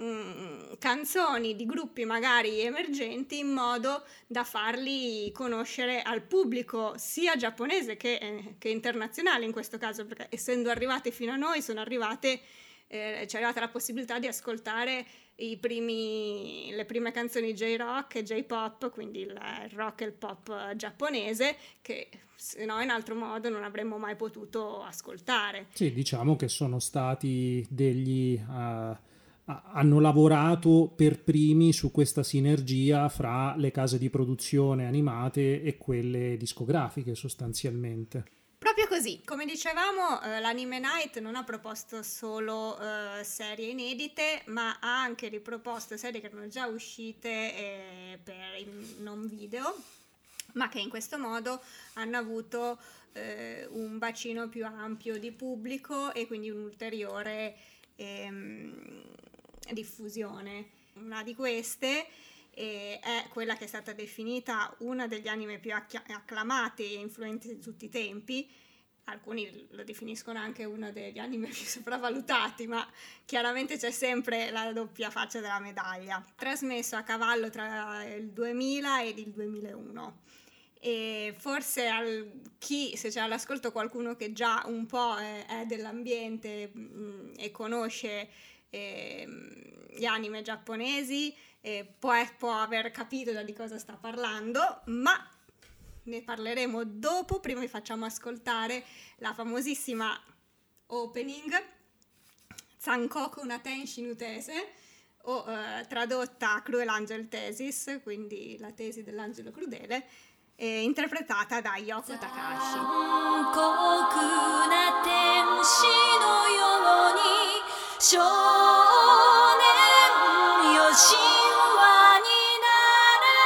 mh, canzoni di gruppi magari emergenti in modo da farli conoscere al pubblico sia giapponese che, eh, che internazionale in questo caso, perché essendo arrivate fino a noi sono arrivate eh, c'è arrivata la possibilità di ascoltare i primi, le prime canzoni J-rock e J-pop, quindi il rock e il pop giapponese, che se no in altro modo non avremmo mai potuto ascoltare. Sì, diciamo che sono stati degli uh, hanno lavorato per primi su questa sinergia fra le case di produzione animate e quelle discografiche sostanzialmente. Proprio così, come dicevamo, eh, l'Anime Night non ha proposto solo eh, serie inedite, ma ha anche riproposto serie che erano già uscite eh, per il non video, ma che in questo modo hanno avuto eh, un bacino più ampio di pubblico e quindi un'ulteriore ehm, diffusione. Una di queste eh, è quella che è stata definita una degli anime più acchi- acclamati e influenti di tutti i tempi. Alcuni lo definiscono anche uno degli anime più sopravvalutati, ma chiaramente c'è sempre la doppia faccia della medaglia. Trasmesso a cavallo tra il duemila ed il duemilauno. E forse al, chi, se c'è all'ascolto qualcuno che già un po' è, è dell'ambiente mh, e conosce eh, gli anime giapponesi, eh, può, può aver capito da di cosa sta parlando, ma ne parleremo dopo. Prima vi facciamo ascoltare la famosissima opening Sankoku Naten Shinutese, o eh, tradotta Cruel Angel Thesis, quindi la tesi dell'angelo crudele, eh, interpretata da Yoko Takahashi. Sankoku Naten Shi no you ni shounen Yoshiwa ni nare.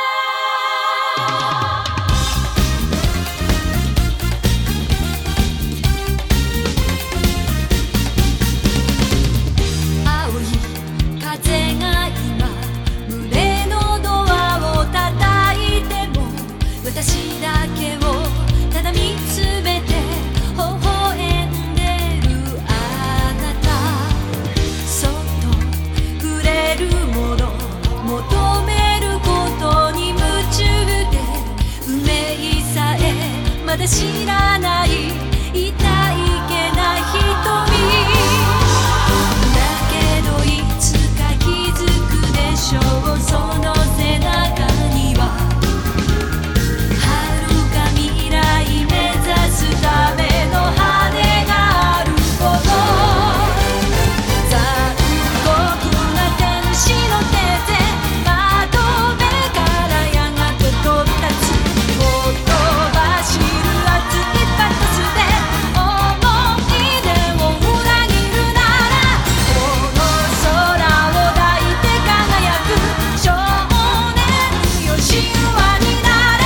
私だけをただ見つめて微笑んでるあなた、そっと触れるもの求めることに夢中で、運命さえまだ知らない痛いけな瞳だけど、いつか気づくでしょう、その背中にはための羽があること。残酷な天使の手で窓辺からやがて飛び立つ、ほとばしる熱いパトスで思い出を裏切るなら、この空を抱いて輝く少年よ、神話になれ。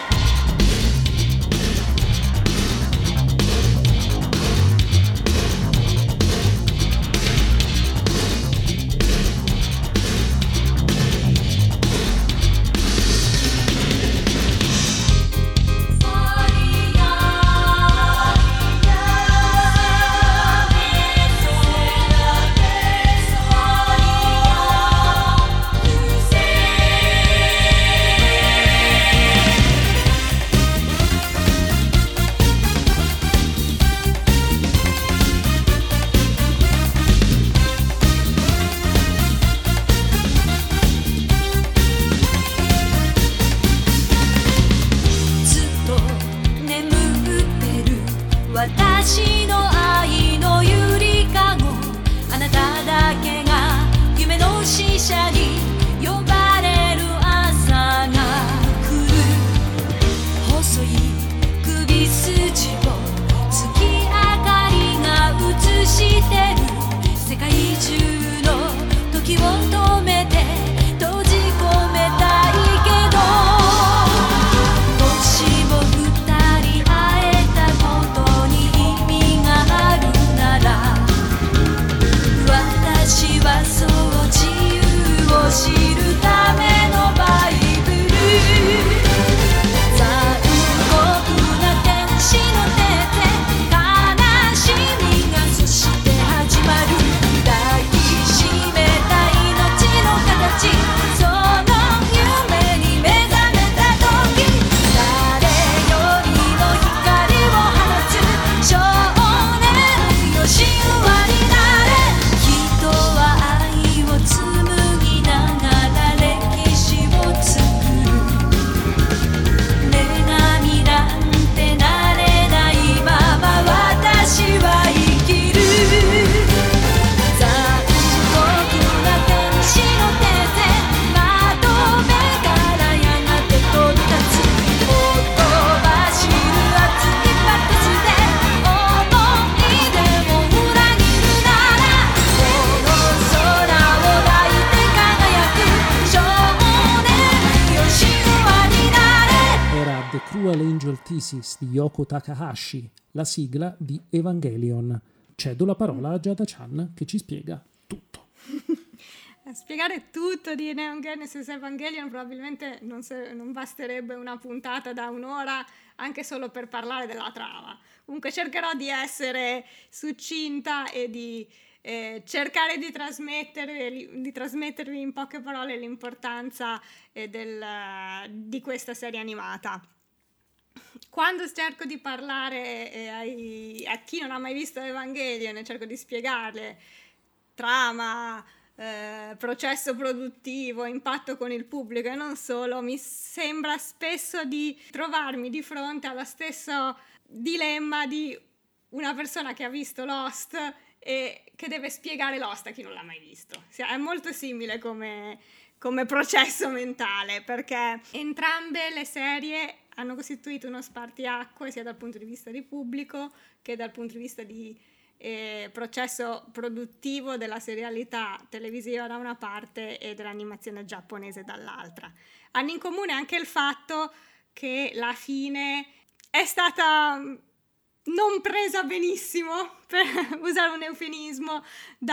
私の愛のゆりかご、あなただけが夢の使者に呼ばれる朝が来る。細い首筋を月明かりが映してる。世界中の時を止めて閉じ込めたいけど、もしも二人会えたことに意味 Pieces di Yoko Takahashi, la sigla di Evangelion. Cedo la parola a Giada Chan che ci spiega tutto. A spiegare tutto di Neon Genesis Evangelion probabilmente non, se, non basterebbe una puntata da un'ora anche solo per parlare della trama. Comunque cercherò di essere succinta e di eh, cercare di trasmettervi, di trasmettervi in poche parole l'importanza eh, del, di questa serie animata. Quando cerco di parlare eh, ai, a chi non ha mai visto Evangelion e cerco di spiegarle trama, eh, processo produttivo, impatto con il pubblico e non solo, mi sembra spesso di trovarmi di fronte allo stesso dilemma di una persona che ha visto Lost e che deve spiegare Lost a chi non l'ha mai visto. È molto simile come, come processo mentale, perché entrambe le serie hanno costituito uno spartiacque sia dal punto di vista di pubblico che dal punto di vista di eh, processo produttivo della serialità televisiva da una parte e dell'animazione giapponese dall'altra. Hanno in comune anche il fatto che la fine è stata non presa benissimo, per usare un eufemismo,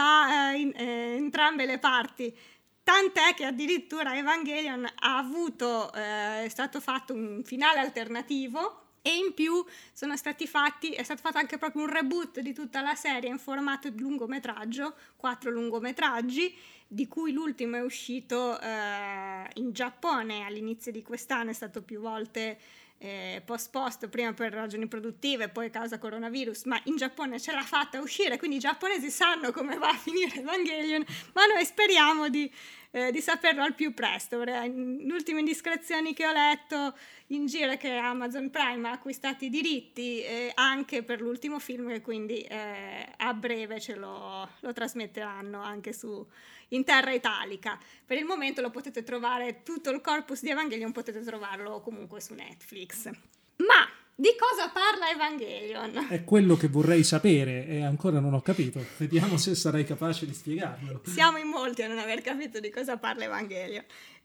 da eh, in, eh, entrambe le parti. Tant'è che addirittura Evangelion ha avuto, eh, è stato fatto un finale alternativo e in più sono stati fatti, è stato fatto anche proprio un reboot di tutta la serie in formato di lungometraggio, quattro lungometraggi, di cui l'ultimo è uscito eh, in Giappone all'inizio di quest'anno, è stato più volte eh, post-post, prima per ragioni produttive, poi a causa coronavirus, ma in Giappone ce l'ha fatta uscire, quindi i giapponesi sanno come va a finire Evangelion, ma noi speriamo di Eh, di saperlo al più presto. Le ultime indiscrezioni che ho letto in giro è che Amazon Prime ha acquistato i diritti eh, anche per l'ultimo film e quindi eh, a breve ce lo, lo trasmetteranno anche su in terra italica. Per il momento lo potete trovare, tutto il corpus di Evangelion potete trovarlo comunque su Netflix. Ma di cosa parla Evangelion? È quello che vorrei sapere e ancora non ho capito. Vediamo se sarai capace di spiegarmelo. Siamo in molti a non aver capito di cosa parla Evangelion.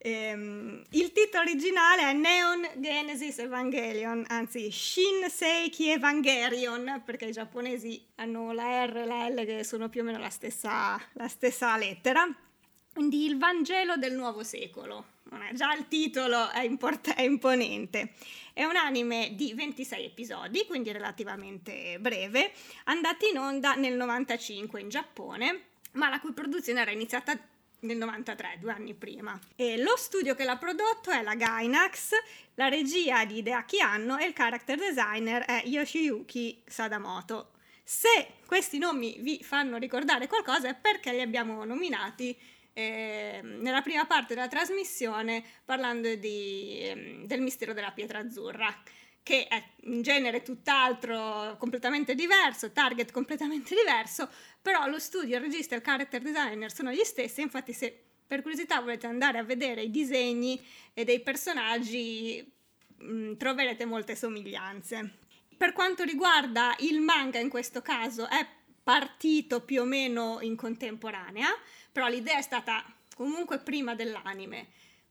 Ehm, il titolo originale è Neon Genesis Evangelion, anzi Shin Seiki Evangelion, perché i giapponesi hanno la R e la L che sono più o meno la stessa, la stessa lettera. Quindi il Vangelo del nuovo secolo. Già il titolo è, import- è imponente. È un anime di ventisei episodi, quindi relativamente breve, andato in onda nel novantacinque in Giappone, ma la cui produzione era iniziata nel novantatré, due anni prima. E lo studio che l'ha prodotto è la Gainax, la regia di Hideaki Anno e il character designer è Yoshiyuki Sadamoto. Se questi nomi vi fanno ricordare qualcosa è perché li abbiamo nominati Eh, nella prima parte della trasmissione parlando di, eh, del mistero della pietra azzurra, che è un genere tutt'altro, completamente diverso, target completamente diverso, però lo studio, il regista e il character designer sono gli stessi. Infatti se per curiosità volete andare a vedere i disegni e dei personaggi mh, troverete molte somiglianze. Per quanto riguarda il manga, in questo caso è partito più o meno in contemporanea, però l'idea è stata comunque prima dell'anime.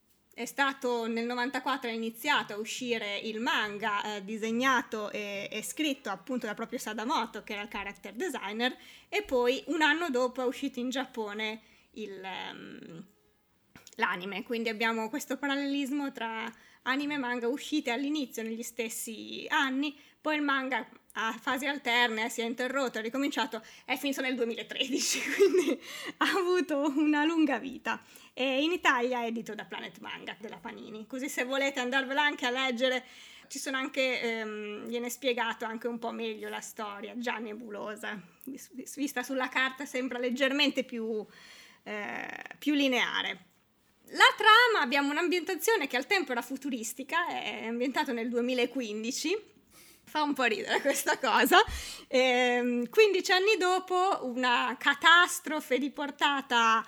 È stato nel novantaquattro è iniziato a uscire il manga eh, disegnato e, e scritto appunto da proprio Sadamoto, che era il character designer, e poi un anno dopo è uscito in Giappone il, um, l'anime. Quindi abbiamo questo parallelismo tra anime e manga uscite all'inizio negli stessi anni, poi il manga a fasi alterne si è interrotto, è ricominciato, è finito nel duemilatredici, quindi ha avuto una lunga vita. E in Italia è edito da Planet Manga della Panini, così se volete andarvela anche a leggere, ci sono anche ehm, viene spiegato anche un po' meglio la storia, già nebulosa, vista sulla carta sembra leggermente più, eh, più lineare. La trama, abbiamo un'ambientazione che al tempo era futuristica, è ambientato nel duemilaquindici, fa un po' ridere questa cosa. Ehm, quindici anni dopo una catastrofe di portata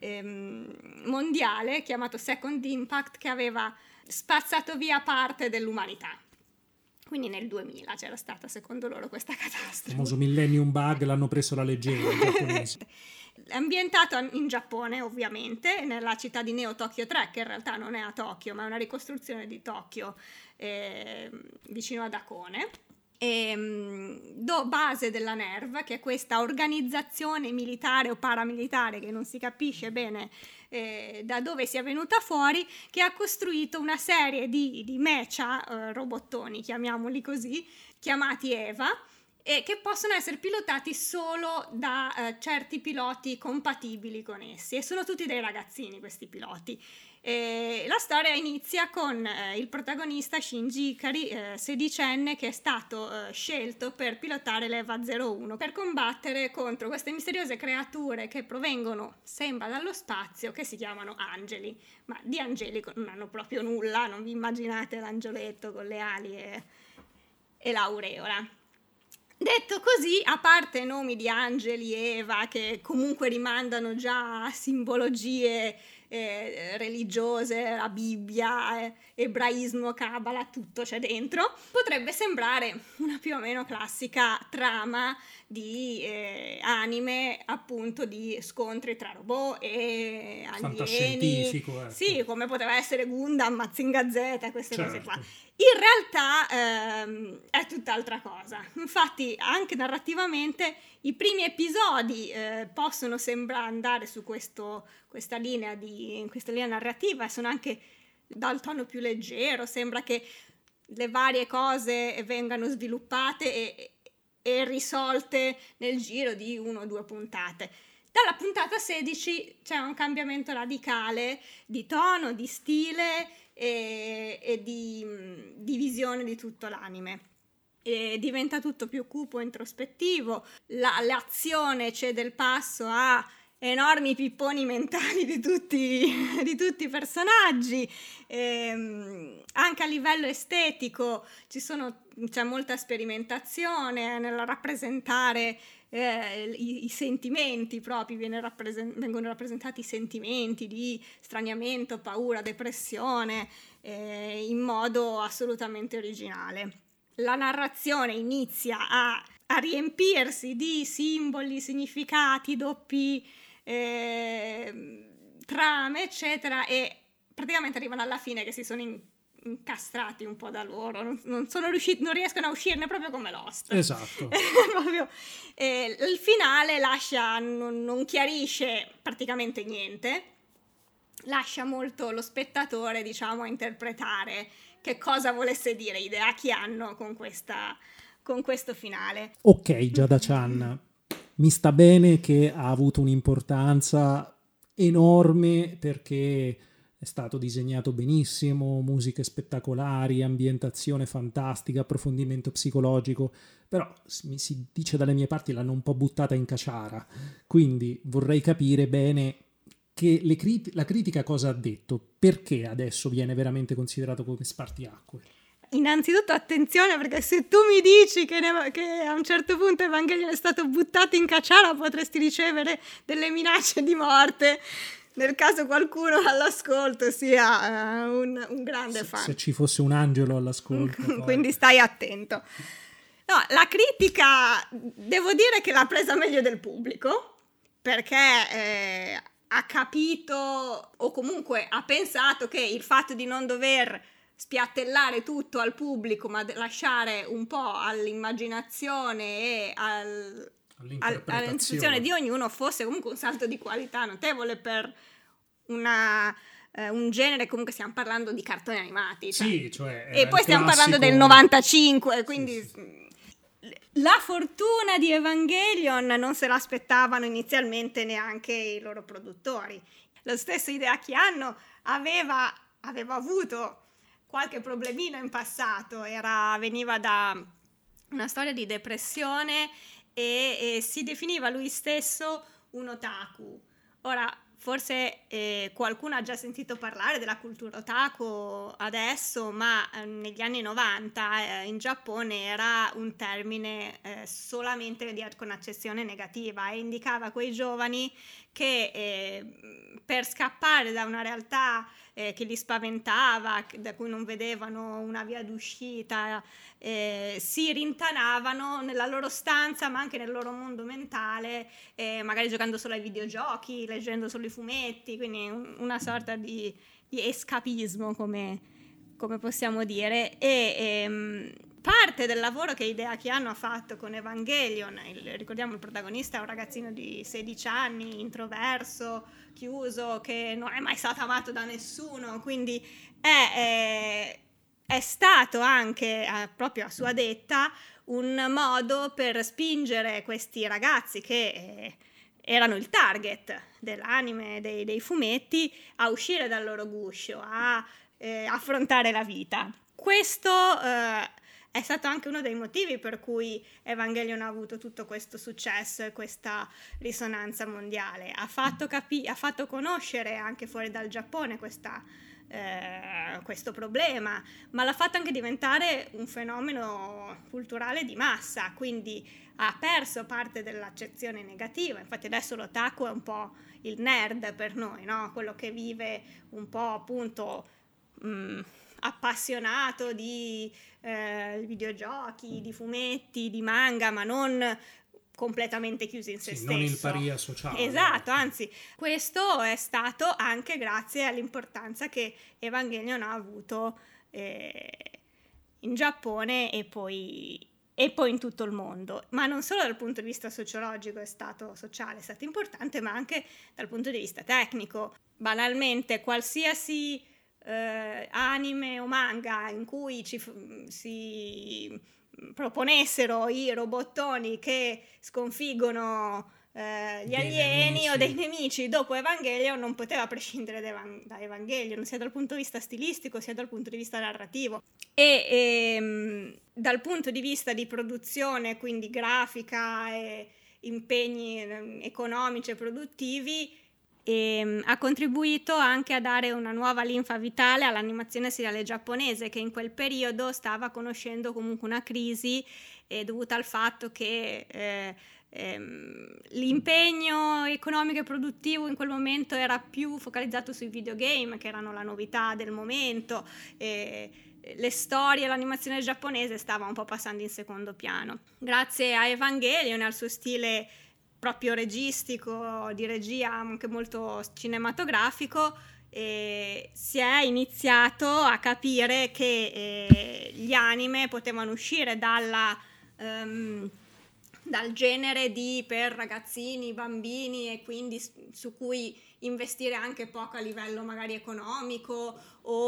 ehm, mondiale chiamato Second Impact, che aveva spazzato via parte dell'umanità. Quindi nel duemila c'era stata, secondo loro, questa catastrofe. Il famoso Millennium Bug l'hanno preso alla leggera i giapponesi. È ambientato in Giappone, ovviamente, nella città di Neo Tokyo tre, che in realtà non è a Tokyo, ma è una ricostruzione di Tokyo eh, vicino ad Hakone. E, do base della N E R V, che è questa organizzazione militare o paramilitare che non si capisce bene eh, da dove sia venuta fuori, che ha costruito una serie di, di mecha, eh, robottoni, chiamiamoli così, chiamati EVA, e che possono essere pilotati solo da eh, certi piloti compatibili con essi, e sono tutti dei ragazzini questi piloti. E la storia inizia con eh, il protagonista Shinji Ikari, eh, sedicenne, che è stato eh, scelto per pilotare l'EVA zero uno per combattere contro queste misteriose creature che provengono, sembra, dallo spazio, che si chiamano angeli, ma di angelico non hanno proprio nulla, non vi immaginate l'angioletto con le ali e, e l'aureola. Detto così, a parte nomi di angeli e Eva che comunque rimandano già a simbologie eh, religiose, la Bibbia, eh, ebraismo, cabala, tutto c'è dentro, potrebbe sembrare una più o meno classica trama di eh, anime, appunto, di scontri tra robot e alieni. Fantascientifico, ecco. Sì, come poteva essere Gundam, Mazinga Z, queste Certo. cose qua. In realtà ehm, è tutt'altra cosa. Infatti, anche narrativamente, i primi episodi eh, possono sembrare andare su questo, questa linea di questa linea narrativa, sono anche dal tono più leggero, sembra che le varie cose vengano sviluppate e, e risolte nel giro di una o due puntate. Dalla puntata sedici c'è un cambiamento radicale di tono, di stile e, e di, di visione di tutto l'anime. E diventa tutto più cupo, introspettivo, la, l'azione cede il passo a enormi pipponi mentali di tutti, di tutti i personaggi. E, anche a livello estetico ci sono, c'è molta sperimentazione nel rappresentare eh, i, i sentimenti propri, viene rappresent- vengono rappresentati i sentimenti di straniamento, paura, depressione eh, in modo assolutamente originale. La narrazione inizia a, a riempirsi di simboli, significati, doppi eh, trame, eccetera, e praticamente arrivano alla fine che si sono in, incastrati un po' da loro, non, non sono riusciti, non riescono a uscirne, proprio come Lost. Esatto. Proprio, eh, il finale lascia, non, non chiarisce praticamente niente, lascia molto lo spettatore, diciamo, a interpretare che cosa volesse dire Hideaki Anno con questa, con questo finale. Ok, Giada-chan, mi sta bene che ha avuto un'importanza enorme perché è stato disegnato benissimo, musiche spettacolari, ambientazione fantastica, approfondimento psicologico, però mi si dice dalle mie parti l'hanno un po' buttata in caciara, quindi vorrei capire bene che le crit- la critica cosa ha detto, perché adesso viene veramente considerato come spartiacque. Innanzitutto attenzione, perché se tu mi dici che, ne- che a un certo punto Evangelion è stato buttato in caciara, potresti ricevere delle minacce di morte nel caso qualcuno all'ascolto sia uh, un, un grande se, fan. Se ci fosse un angelo all'ascolto. Quindi stai attento. No, la critica devo dire che l'ha presa meglio del pubblico, perché eh, ha capito o comunque ha pensato che il fatto di non dover spiattellare tutto al pubblico, ma lasciare un po' all'immaginazione e al, al, all'intuizione di ognuno fosse comunque un salto di qualità notevole per una, eh, un genere, comunque stiamo parlando di cartoni animati. Cioè. Sì, cioè e poi stiamo classico... parlando del novantacinque, quindi... Sì, sì. La fortuna di Evangelion non se l'aspettavano inizialmente neanche i loro produttori. Lo stesso Hideaki Anno aveva, aveva avuto qualche problemino in passato, era, veniva da una storia di depressione e, e si definiva lui stesso un otaku. Ora, forse eh, qualcuno ha già sentito parlare della cultura otaku adesso, ma eh, negli anni novanta eh, in Giappone era un termine eh, solamente di, con accezione negativa e indicava quei giovani che eh, per scappare da una realtà eh, che li spaventava, da cui non vedevano una via d'uscita, eh, si rintanavano nella loro stanza ma anche nel loro mondo mentale, eh, magari giocando solo ai videogiochi, leggendo solo i fumetti, quindi un, una sorta di, di escapismo, come, come possiamo dire. E ehm, parte del lavoro che Hideaki Anno ha fatto con Evangelion, il, ricordiamo il protagonista è un ragazzino di sedici anni, introverso, chiuso, che non è mai stato amato da nessuno, quindi è, è, è stato anche, eh, proprio a sua detta, un modo per spingere questi ragazzi che eh, erano il target dell'anime, dei, dei fumetti, a uscire dal loro guscio, a eh, affrontare la vita. Questo eh, è stato anche uno dei motivi per cui Evangelion ha avuto tutto questo successo e questa risonanza mondiale. Ha fatto, capi- ha fatto conoscere anche fuori dal Giappone questa, eh, questo problema, ma l'ha fatto anche diventare un fenomeno culturale di massa, quindi ha perso parte dell'accezione negativa. Infatti adesso l'otaku è un po' il nerd per noi, no? Quello che vive un po' appunto mh, appassionato di eh, videogiochi, di fumetti, di manga, ma non completamente chiuso in se sì, stesso. Non il paria sociale. Esatto, anzi, questo è stato anche grazie all'importanza che Evangelion ha avuto eh, in Giappone e poi, e poi in tutto il mondo. Ma non solo dal punto di vista sociologico è stato sociale, è stato importante, ma anche dal punto di vista tecnico. Banalmente, qualsiasi Uh, anime o manga in cui ci f- si proponessero i robottoni che sconfiggono uh, gli dei alieni nemici. o dei nemici dopo Evangelion, non poteva prescindere da, Evan- da Evangelion, sia dal punto di vista stilistico sia dal punto di vista narrativo. E ehm, dal punto di vista di produzione, quindi grafica e impegni eh, economici e produttivi, E, ha contribuito anche a dare una nuova linfa vitale all'animazione seriale giapponese, che in quel periodo stava conoscendo comunque una crisi eh, dovuta al fatto che eh, ehm, l'impegno economico e produttivo in quel momento era più focalizzato sui videogame, che erano la novità del momento, e le storie, l'animazione giapponese stava un po' passando in secondo piano. Grazie a Evangelion e al suo stile proprio registico, di regia anche molto cinematografico, eh, si è iniziato a capire che eh, gli anime potevano uscire dalla, um, dal genere di per ragazzini, bambini, e quindi su cui investire anche poco a livello magari economico,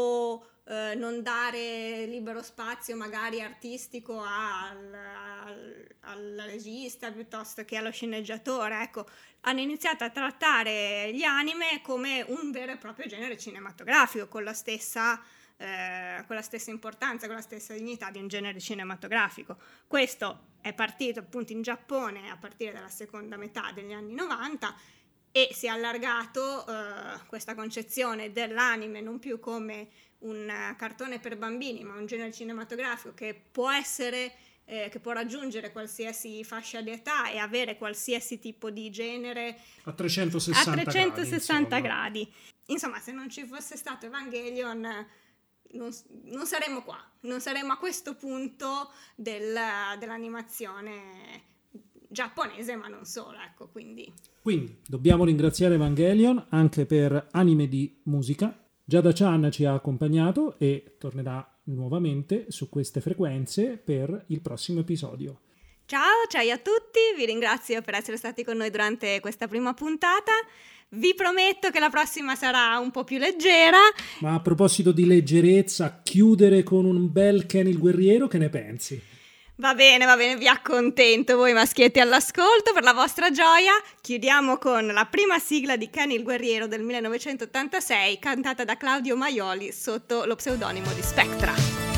o eh, non dare libero spazio magari artistico al, al, al regista piuttosto che allo sceneggiatore. Ecco, hanno iniziato a trattare gli anime come un vero e proprio genere cinematografico, con la stessa eh, con la stessa importanza, con la stessa dignità di un genere cinematografico. Questo è partito appunto in Giappone a partire dalla seconda metà degli anni novanta, e si è allargato eh, questa concezione dell'anime non più come un cartone per bambini, ma un genere cinematografico che può essere, eh, che può raggiungere qualsiasi fascia di età e avere qualsiasi tipo di genere a trecentosessanta, a trecentosessanta gradi, gradi. Insomma, se non ci fosse stato Evangelion non, non saremmo qua, non saremmo a questo punto del, dell'animazione giapponese, ma non solo, ecco, quindi... Quindi dobbiamo ringraziare Evangelion anche per Anime di Musica. Giada-chan ci ha accompagnato e tornerà nuovamente su queste frequenze per il prossimo episodio. Ciao, ciao a tutti, vi ringrazio per essere stati con noi durante questa prima puntata. Vi prometto che la prossima sarà un po' più leggera. Ma a proposito di leggerezza, chiudere con un bel Ken il Guerriero, che ne pensi? Va bene, va bene, vi accontento voi maschietti all'ascolto. Per la vostra gioia chiudiamo con la prima sigla di Ken il Guerriero del millenovecentottantasei, cantata da Claudio Maioli sotto lo pseudonimo di Spectra.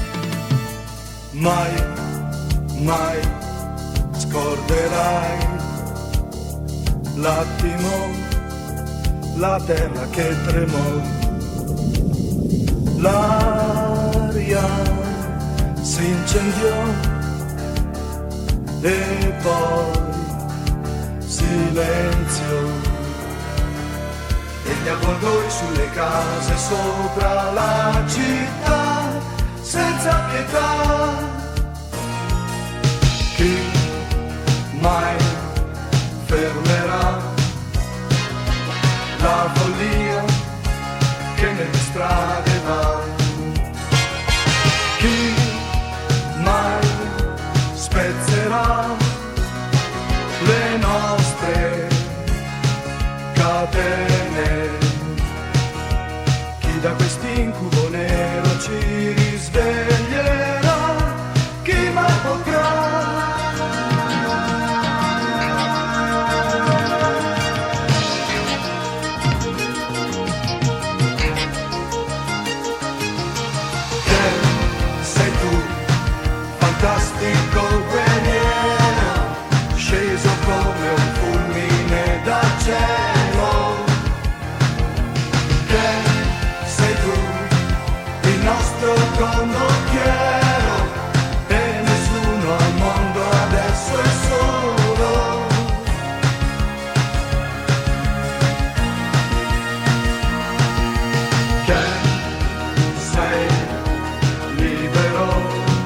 Mai, mai scorderai l'attimo, la terra che tremò, l'aria si incendiò e poi silenzio, e gli avvoltoi sulle case sopra la città senza pietà. Chi mai fermerà la follia che nelle strade va? Chi mai spezzerà le nostre catene? Chi da quest'incubo nero ci risveglierà? Chi mai potrà? Fantastico guerriero, sceso come un fulmine dal cielo. Che sei tu, il nostro condottiero, e nessuno al mondo adesso è solo. Che sei libero,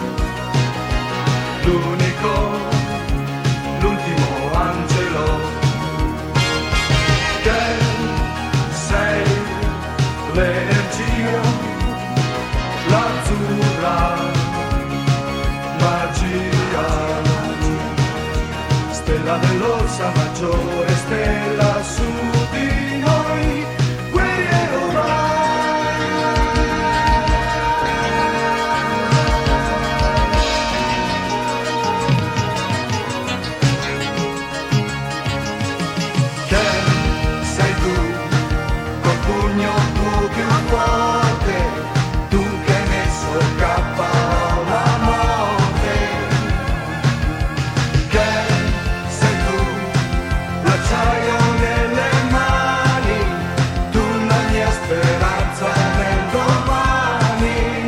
l'unico, l'ultimo angelo. Che sei l'energia, l'azzurra magia, stella dell'Orsa Maggiore, stella su di noi, guerriero mai. Più forte, tu che hai messo K O la morte. Che sei tu, l'acciaio nelle mani, tu la mia speranza nel domani.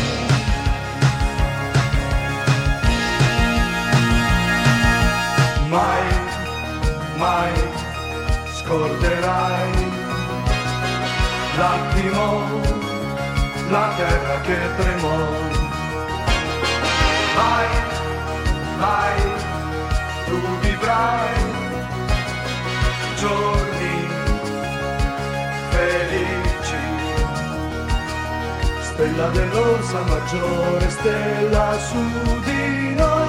Mai, mai scorderai l'attimo, la terra che tremò. Mai, mai tu vivrai giorni felici. Stella dell'Orsa Maggiore, stella su di noi.